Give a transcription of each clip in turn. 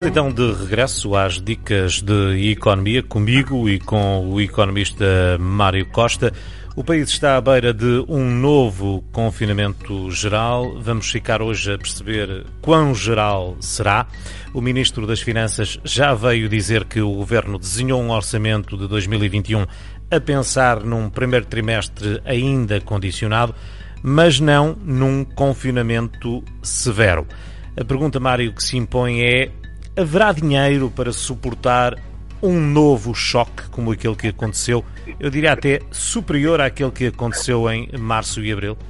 Então, de regresso às dicas de economia, comigo e com o economista Mário Costa. O país está à beira de um novo confinamento geral. Vamos ficar hoje a perceber quão geral será. O Ministro das Finanças já veio dizer que o Governo desenhou um orçamento de 2021 a pensar num primeiro trimestre ainda condicionado, mas não num confinamento severo. A pergunta, Mário, que se impõe é: haverá dinheiro para suportar um novo choque como aquele que aconteceu, eu diria até superior àquele que aconteceu em março e abril?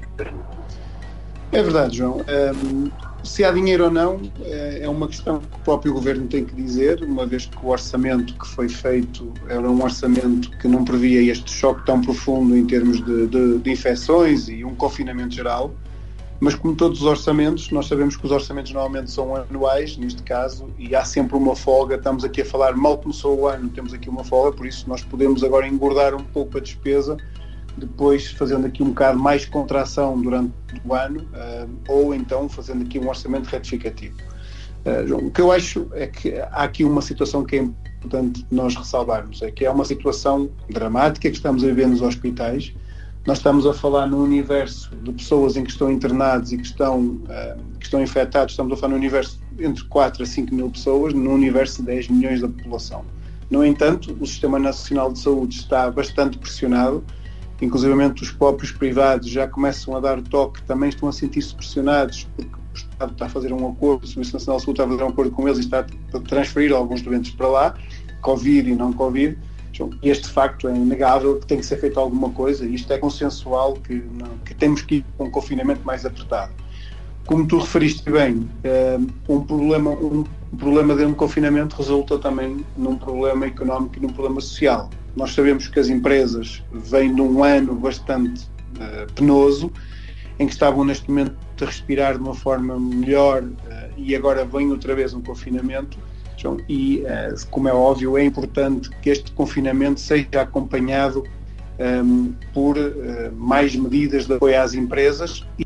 É verdade, João. Se há dinheiro ou não é uma questão que o próprio Governo tem que dizer, uma vez que o orçamento que foi feito era um orçamento que não previa este choque tão profundo em termos de infecções e um confinamento geral. Mas como todos os orçamentos, nós sabemos que os orçamentos normalmente são anuais, neste caso, e há sempre uma folga. Estamos aqui a falar, mal começou o ano, temos aqui uma folga, por isso nós podemos agora engordar um pouco a despesa, depois fazendo aqui um bocado mais contração durante o ano, ou então fazendo aqui um orçamento retificativo. João, o que eu acho é que há aqui uma situação que é importante nós ressalvarmos, é que é uma situação dramática que estamos a viver nos hospitais. Nós estamos a falar no universo de pessoas em que estão internados e que estão infectados, estamos a falar no universo entre 4 a 5 mil pessoas, no universo de 10 milhões da população. No entanto, o Sistema Nacional de Saúde está bastante pressionado, inclusivamente os próprios privados já começam a dar o toque, também estão a sentir-se pressionados, porque o Estado está a fazer um acordo, o Serviço Nacional de Saúde está a fazer um acordo com eles e está a transferir alguns doentes para lá, Covid e não Covid. Este facto é inegável, que tem que ser feito alguma coisa, e isto é consensual, que temos que ir com um confinamento mais apertado. Como tu referiste bem, um problema de um confinamento resulta também num problema económico e num problema social. Nós sabemos que as empresas vêm de um ano bastante penoso, em que estavam neste momento a respirar de uma forma melhor, e agora vem outra vez um confinamento. E, como é óbvio, é importante que este confinamento seja acompanhado por mais medidas de apoio às empresas e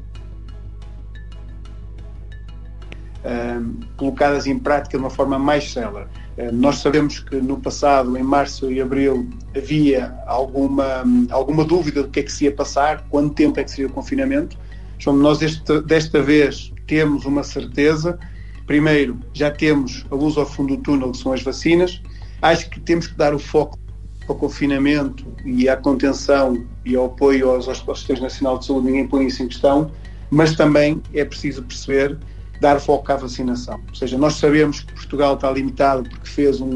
colocadas em prática de uma forma mais célere. Nós sabemos que no passado, em março e abril, havia alguma dúvida do que é que se ia passar, quanto tempo é que seria o confinamento. Nós desta vez temos uma certeza. Primeiro, já temos a luz ao fundo do túnel, que são as vacinas. Acho que temos que dar o foco ao confinamento e à contenção e ao apoio aos Sistema Nacional de Saúde, ninguém põe isso em questão, mas também é preciso perceber, dar foco à vacinação. Ou seja, nós sabemos que Portugal está limitado porque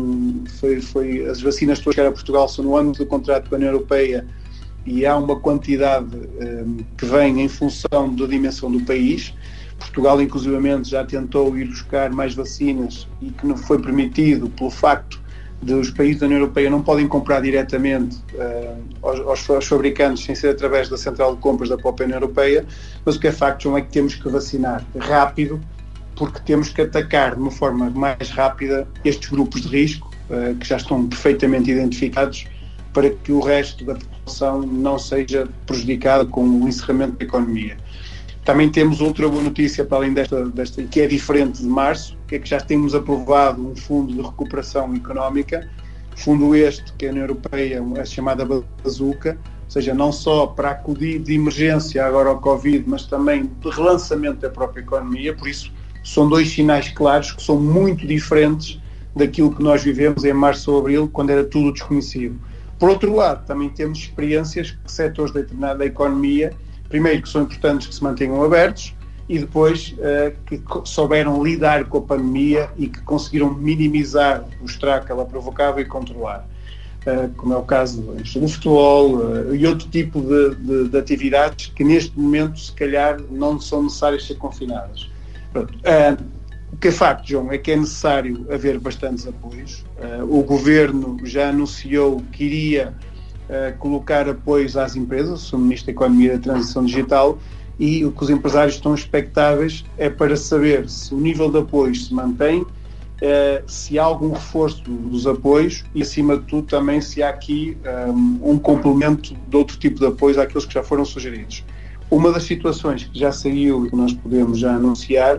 foi as vacinas todas que era Portugal são no âmbito do contrato com a União Europeia e há uma quantidade que vem em função da dimensão do país. Portugal, inclusivamente, já tentou ir buscar mais vacinas e que não foi permitido pelo facto de os países da União Europeia não podem comprar diretamente aos fabricantes sem ser através da central de compras da própria União Europeia, mas o que é facto, João, é que temos que vacinar rápido, porque temos que atacar de uma forma mais rápida estes grupos de risco, que já estão perfeitamente identificados, para que o resto da população não seja prejudicada com o encerramento da economia. Também temos outra boa notícia para além desta, que é diferente de março, que é que já temos aprovado um fundo de recuperação económica, fundo este que a União Europeia é chamada Bazuca, ou seja, não só para acudir de emergência agora ao Covid, mas também de relançamento da própria economia. Por isso, são dois sinais claros que são muito diferentes daquilo que nós vivemos em março ou abril, quando era tudo desconhecido. Por outro lado, também temos experiências que setores da economia, primeiro, que são importantes que se mantenham abertos e depois que souberam lidar com a pandemia e que conseguiram minimizar o estrago que ela provocava e controlar. Como é o caso do futebol e outro tipo de atividades que neste momento, se calhar, não são necessárias ser confinadas. Pronto. O que é facto, João, é que é necessário haver bastantes apoios. O Governo já anunciou que iria colocar apoios às empresas, o Ministro da Economia e da Transição Digital, e o que os empresários estão expectáveis é para saber se o nível de apoios se mantém, se há algum reforço dos apoios e, acima de tudo, também se há aqui um complemento de outro tipo de apoios àqueles que já foram sugeridos. Uma das situações que já saiu e que nós podemos já anunciar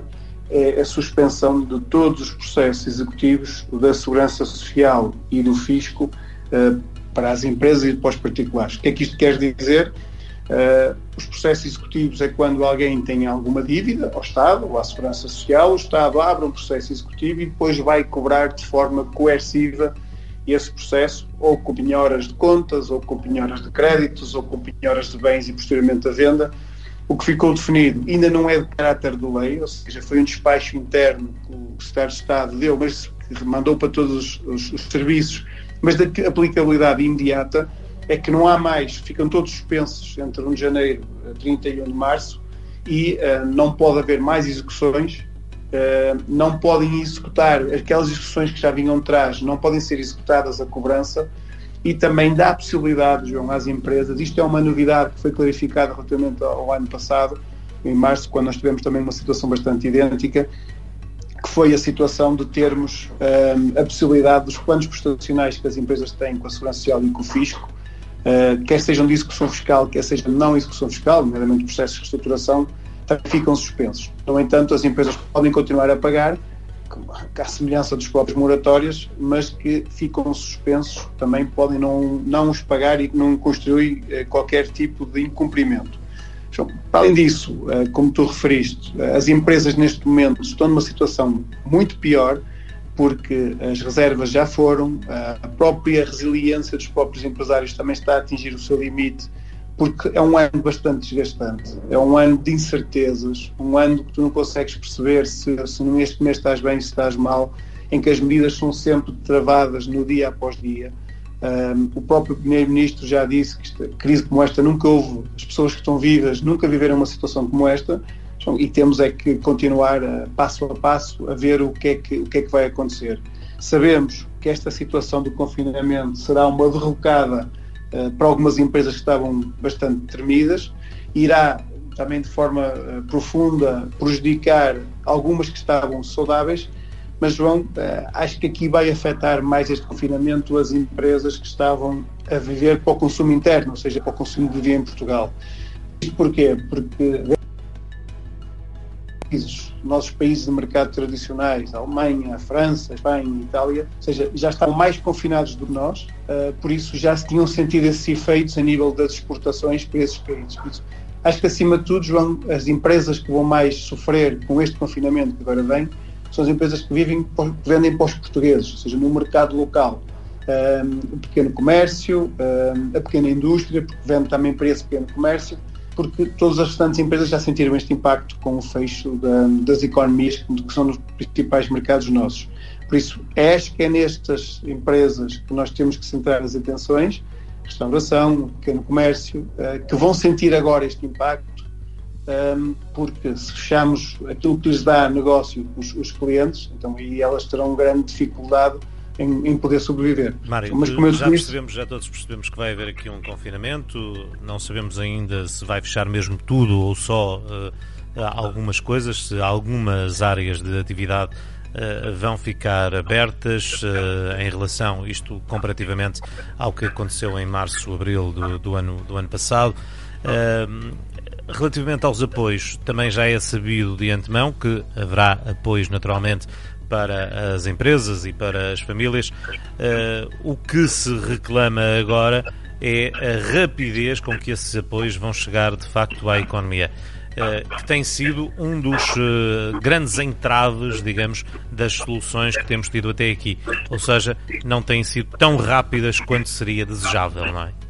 é a suspensão de todos os processos executivos da Segurança Social e do Fisco para as empresas e para os particulares. O que é que isto quer dizer? Os processos executivos é quando alguém tem alguma dívida ao Estado ou à Segurança Social, o Estado abre um processo executivo e depois vai cobrar de forma coerciva esse processo, ou com penhoras de contas, ou com penhoras de créditos, ou com penhoras de bens e posteriormente a venda. O que ficou definido ainda não é de caráter de lei, ou seja, foi um despacho interno que o Secretário de Estado deu, mas que mandou para todos os serviços, mas da aplicabilidade imediata é que não há mais, ficam todos suspensos entre 1 de janeiro a 31 de março e não pode haver mais execuções, não podem executar aquelas execuções que já vinham atrás, não podem ser executadas a cobrança e também dá a possibilidade, João, às empresas, isto é uma novidade que foi clarificada relativamente ao ano passado, em março, quando nós tivemos também uma situação bastante idêntica, que foi a situação de termos a possibilidade dos planos prestacionais que as empresas têm com a Segurança Social e com o Fisco, quer sejam de execução fiscal, quer seja de não execução fiscal, nomeadamente processos de reestruturação, também ficam suspensos. No entanto, as empresas podem continuar a pagar, à semelhança dos próprios moratórias, mas que ficam suspensos, também podem não os pagar e não constitui qualquer tipo de incumprimento. Além disso, como tu referiste, as empresas neste momento estão numa situação muito pior, porque as reservas já foram, a própria resiliência dos próprios empresários também está a atingir o seu limite, porque é um ano bastante desgastante, é um ano de incertezas, um ano que tu não consegues perceber se neste mês estás bem, se estás mal, em que as medidas são sempre travadas no dia após dia. O próprio Primeiro-Ministro já disse que crise como esta nunca houve, as pessoas que estão vivas nunca viveram uma situação como esta, e temos é que continuar passo a passo a ver o que é que vai acontecer. Sabemos que esta situação do confinamento será uma derrocada para algumas empresas que estavam bastante tremidas, irá também de forma profunda prejudicar algumas que estavam saudáveis, mas João, acho que aqui vai afetar mais este confinamento as empresas que estavam a viver para o consumo interno, ou seja, para o consumo de dia em Portugal. Isto porquê? Porque nossos países de mercado tradicionais, a Alemanha, a França, a Espanha, a Itália, ou seja, já estavam mais confinados do que nós, por isso já se tinham sentido esses efeitos a nível das exportações para esses países. Por isso, acho que acima de tudo, João, as empresas que vão mais sofrer com este confinamento que agora vem, são as empresas que vendem para os portugueses, ou seja, no mercado local. O pequeno comércio, a pequena indústria, porque vende também para esse pequeno comércio, porque todas as restantes empresas já sentiram este impacto com o fecho das economias que são nos principais mercados nossos. Por isso, acho que é nestas empresas que nós temos que centrar as atenções, restauração, pequeno comércio, que vão sentir agora este impacto, porque se fechamos aquilo que lhes dá negócio os clientes, então aí elas terão grande dificuldade em poder sobreviver. Mário, mas como já todos percebemos que vai haver aqui um confinamento, não sabemos ainda se vai fechar mesmo tudo ou só algumas coisas, se algumas áreas de atividade vão ficar abertas em relação, isto comparativamente ao que aconteceu em março, abril do ano passado. Relativamente aos apoios, também já é sabido de antemão que haverá apoios naturalmente para as empresas e para as famílias. O que se reclama agora é a rapidez com que esses apoios vão chegar de facto à economia, que tem sido um dos grandes entraves, digamos, das soluções que temos tido até aqui. Ou seja, não têm sido tão rápidas quanto seria desejável, não é?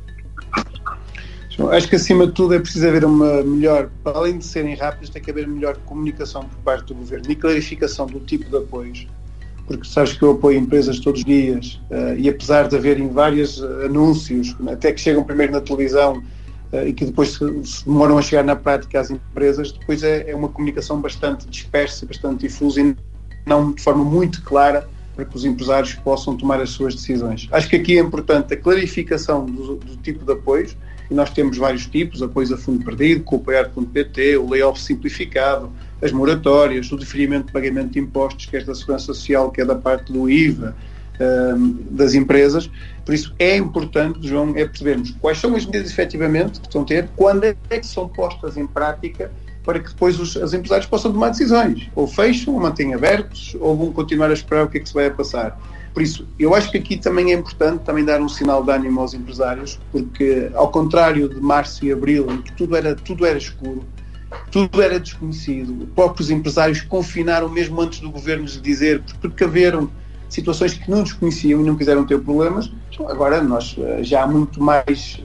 Acho que acima de tudo é preciso haver uma melhor, além de serem rápidos, tem que haver melhor comunicação por parte do Governo e clarificação do tipo de apoios, porque sabes que eu apoio empresas todos os dias e apesar de haverem vários anúncios, até que chegam primeiro na televisão e que depois se demoram a chegar na prática às empresas, depois é uma comunicação bastante dispersa, bastante difusa e não de forma muito clara para que os empresários possam tomar as suas decisões. Acho que aqui é importante a clarificação do tipo de apoios. E nós temos vários tipos, apoios a fundo perdido, Cooperar.pt, o layoff simplificado, as moratórias, o diferimento de pagamento de impostos, que é da Segurança Social, que é da parte do IVA, das empresas. Por isso é importante, João, percebermos quais são as medidas efetivamente que estão a ter, quando é que são postas em prática para que depois os empresários possam tomar decisões. Ou fecham, ou mantêm abertos, ou vão continuar a esperar o que é que se vai passar. Por isso, eu acho que aqui também é importante também dar um sinal de ânimo aos empresários, porque ao contrário de março e abril, em que tudo era escuro, tudo era desconhecido, os próprios empresários confinaram mesmo antes do governo lhes dizer, porque haveram situações que não desconheciam e não quiseram ter problemas. Agora nós já há muito mais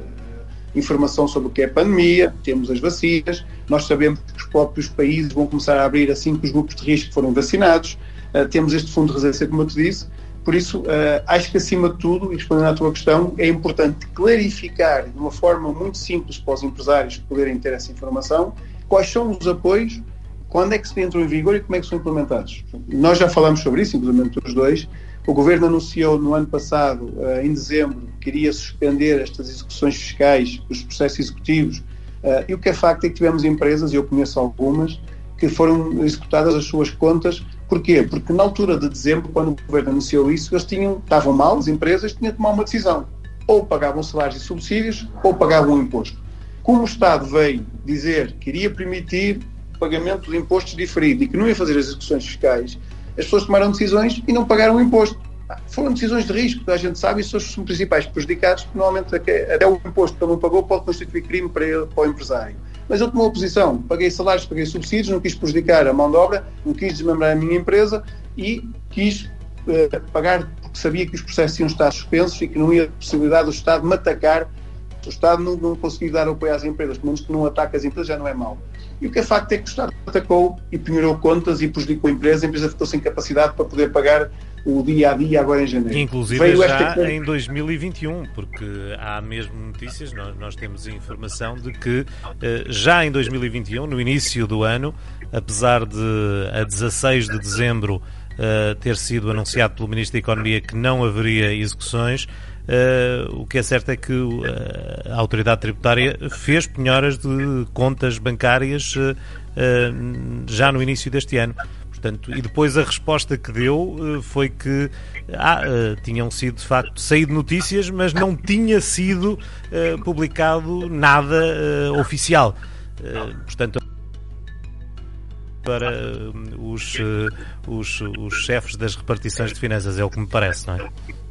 informação sobre o que é a pandemia, temos as vacinas, nós sabemos que os próprios países vão começar a abrir assim que os grupos de risco forem vacinados, temos este fundo de resiliência, como eu te disse. Por isso, acho que acima de tudo, e respondendo à tua questão, é importante clarificar de uma forma muito simples para os empresários poderem ter essa informação, quais são os apoios, quando é que se entram em vigor e como é que são implementados. Nós já falamos sobre isso, inclusive os dois. O Governo anunciou no ano passado, em dezembro, que iria suspender estas execuções fiscais, os processos executivos, e o que é facto é que tivemos empresas, e eu conheço algumas, que foram executadas as suas contas. Porquê? Porque na altura de dezembro, quando o Governo anunciou isso, eles estavam mal, as empresas tinham de tomar uma decisão. Ou pagavam salários e subsídios, ou pagavam um imposto. Como o Estado veio dizer que iria permitir o pagamento de impostos diferido e que não ia fazer as execuções fiscais, as pessoas tomaram decisões e não pagaram o imposto. Foram decisões de risco, toda a gente sabe, e são os principais prejudicados, porque normalmente até o imposto que ele não pagou pode constituir crime para o empresário. Mas ele tomou a posição, paguei salários, paguei subsídios, não quis prejudicar a mão de obra, não quis desmembrar a minha empresa e quis pagar porque sabia que os processos iam estar suspensos e que não ia possibilidade do Estado me atacar. O Estado não conseguiu dar apoio às empresas, pelo menos que não ataca as empresas já não é mau. E o que é facto é que o Estado atacou e penhorou contas e prejudicou a empresa ficou sem capacidade para poder pagar o dia a dia agora em janeiro. Inclusive já em 2021, porque há mesmo notícias, nós temos a informação de que já em 2021, no início do ano, apesar de a 16 de dezembro ter sido anunciado pelo Ministro da Economia que não haveria execuções, o que é certo é que a autoridade tributária fez penhoras de contas bancárias já no início deste ano. Portanto, e depois a resposta que deu foi que tinham sido de facto saído notícias, mas não tinha sido publicado nada oficial. Portanto, para os chefes das repartições de finanças, é o que me parece, não é?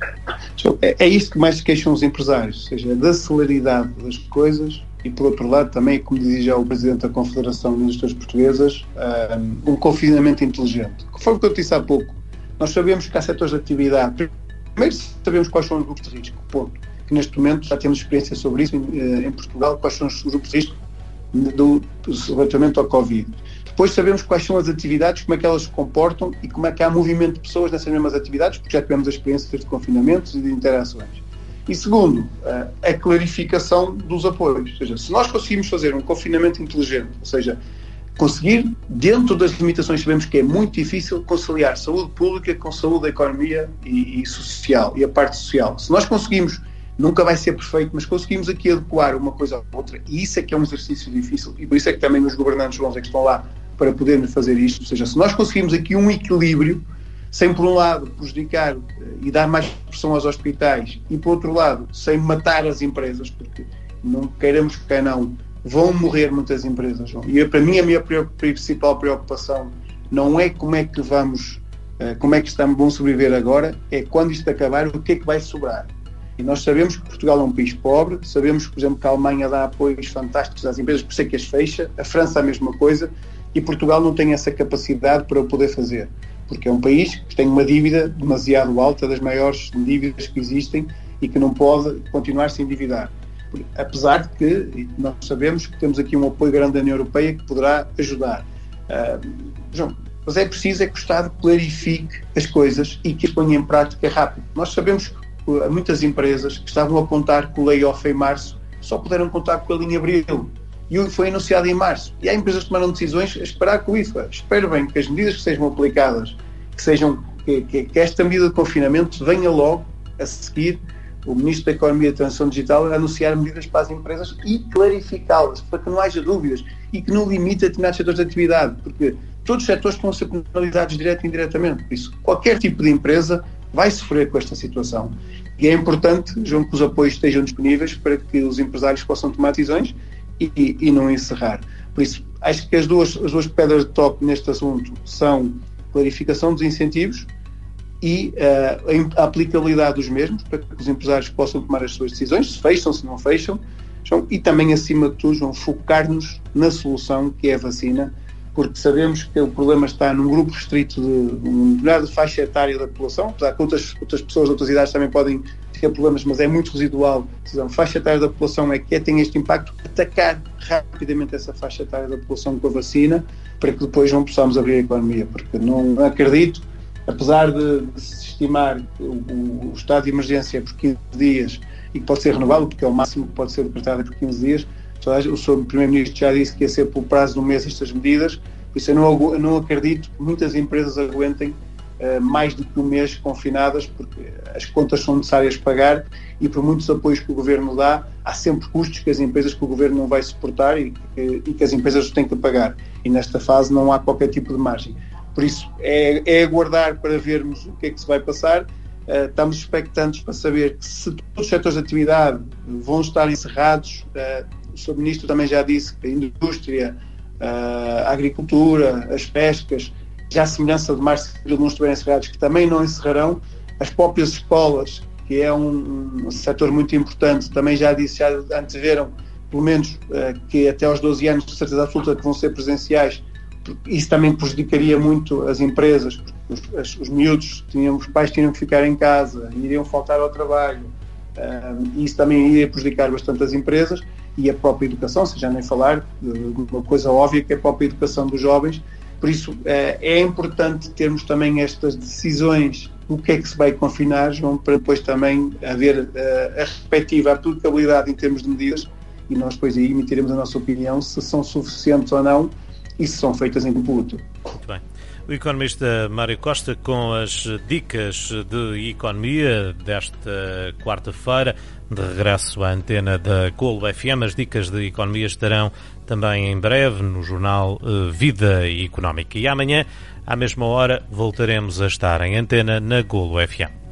É isto que mais se queixam os empresários, ou seja, da celeridade das coisas e, por outro lado, também, como dizia já o Presidente da Confederação de Indústrias Portuguesas, um confinamento inteligente. Conforme que eu disse há pouco, nós sabemos que há setores de atividade. Primeiro sabemos quais são os grupos de risco, ponto. Que neste momento já temos experiência sobre isso em Portugal, quais são os grupos de risco relativamente ao Covid. Depois sabemos quais são as atividades, como é que elas se comportam e como é que há movimento de pessoas nessas mesmas atividades, porque já tivemos a experiência de confinamentos e de interações. E segundo, a clarificação dos apoios. Ou seja, se nós conseguimos fazer um confinamento inteligente, ou seja, conseguir, dentro das limitações que sabemos que é muito difícil, conciliar saúde pública com saúde da economia e social, e a parte social. Se nós conseguimos, nunca vai ser perfeito, mas conseguimos aqui adequar uma coisa à outra, e isso é que é um exercício difícil, e por isso é que também os governantes bons é que estão lá para podermos fazer isto. Ou seja, se nós conseguimos aqui um equilíbrio, sem por um lado prejudicar e dar mais pressão aos hospitais e por outro lado sem matar as empresas, porque não queiramos que não, vão morrer muitas empresas. E para mim a minha principal preocupação não é como é que vamos, como é que vamos sobreviver agora, é quando isto acabar, o que é que vai sobrar. E nós sabemos que Portugal é um país pobre, sabemos, por exemplo, que a Alemanha dá apoios fantásticos às empresas, por isso é que as fecha, a França a mesma coisa, e Portugal não tem essa capacidade para o poder fazer, porque é um país que tem uma dívida demasiado alta, das maiores dívidas que existem, e que não pode continuar a se endividar. Apesar de que nós sabemos que temos aqui um apoio grande da União Europeia que poderá ajudar. João, mas é preciso que o Estado clarifique as coisas e que as ponha em prática rápido. Nós sabemos que muitas empresas que estavam a apontar com o layoff em março só puderam contar com ele em abril. E foi anunciado em março. E há empresas que tomaram decisões a esperar com isso. Espero bem que as medidas que sejam aplicadas, que esta medida de confinamento venha logo a seguir o Ministro da Economia e da Transição Digital a anunciar medidas para as empresas e clarificá-las, para que não haja dúvidas e que não limite determinados setores de atividade, porque todos os setores estão a ser penalizados direto e indiretamente. Por isso, qualquer tipo de empresa vai sofrer com esta situação. E é importante, João, que os apoios estejam disponíveis para que os empresários possam tomar decisões e não encerrar. Por isso, acho que as duas pedras de toque neste assunto são clarificação dos incentivos e a aplicabilidade dos mesmos, para que os empresários possam tomar as suas decisões, se fecham, se não fecham, e também, acima de tudo, vão focar-nos na solução, que é a vacina, porque sabemos que o problema está num grupo restrito de uma determinada faixa etária da população, apesar que outras pessoas de outras idades também podem ter problemas, mas é muito residual. A faixa etária da população é que tem este impacto, atacar rapidamente essa faixa etária da população com a vacina, para que depois não possamos abrir a economia, porque não acredito, apesar de se estimar que o estado de emergência é por 15 dias e que pode ser renovado, porque é o máximo que pode ser decretado por 15 dias, o Sr. Primeiro-Ministro já disse que ia ser pelo prazo de um mês estas medidas, por isso eu não acredito que muitas empresas aguentem mais do que um mês confinadas, porque as contas são necessárias pagar e por muitos apoios que o Governo dá, há sempre custos que o Governo não vai suportar e que as empresas têm que pagar. E nesta fase não há qualquer tipo de margem. Por isso é aguardar para vermos o que é que se vai passar. Estamos expectantes para saber que se todos os setores de atividade vão estar encerrados. O Sr. Ministro também já disse que a indústria, a agricultura, as pescas, já à semelhança de março e abril não estiverem encerrados, que também não encerrarão. As próprias escolas, que é um setor muito importante, também já disse, já anteveram, pelo menos que até aos 12 anos, de certeza absoluta, que vão ser presenciais. Isso também prejudicaria muito as empresas, porque os miúdos, os pais tinham que ficar em casa, iriam faltar ao trabalho, e isso também iria prejudicar bastante as empresas e a própria educação, se já nem falar de uma coisa óbvia que é a própria educação dos jovens. Por isso é importante termos também estas decisões do que é que se vai confinar, João, para depois também haver a respectiva aplicabilidade em termos de medidas e nós depois aí emitiremos a nossa opinião se são suficientes ou não e se são feitas em tempo útil. Muito bem. O economista Mário Costa com as dicas de economia desta quarta-feira, de regresso à antena da Golo FM. As dicas de economia estarão também em breve no jornal Vida Económica. E amanhã, à mesma hora, voltaremos a estar em antena na Golo FM.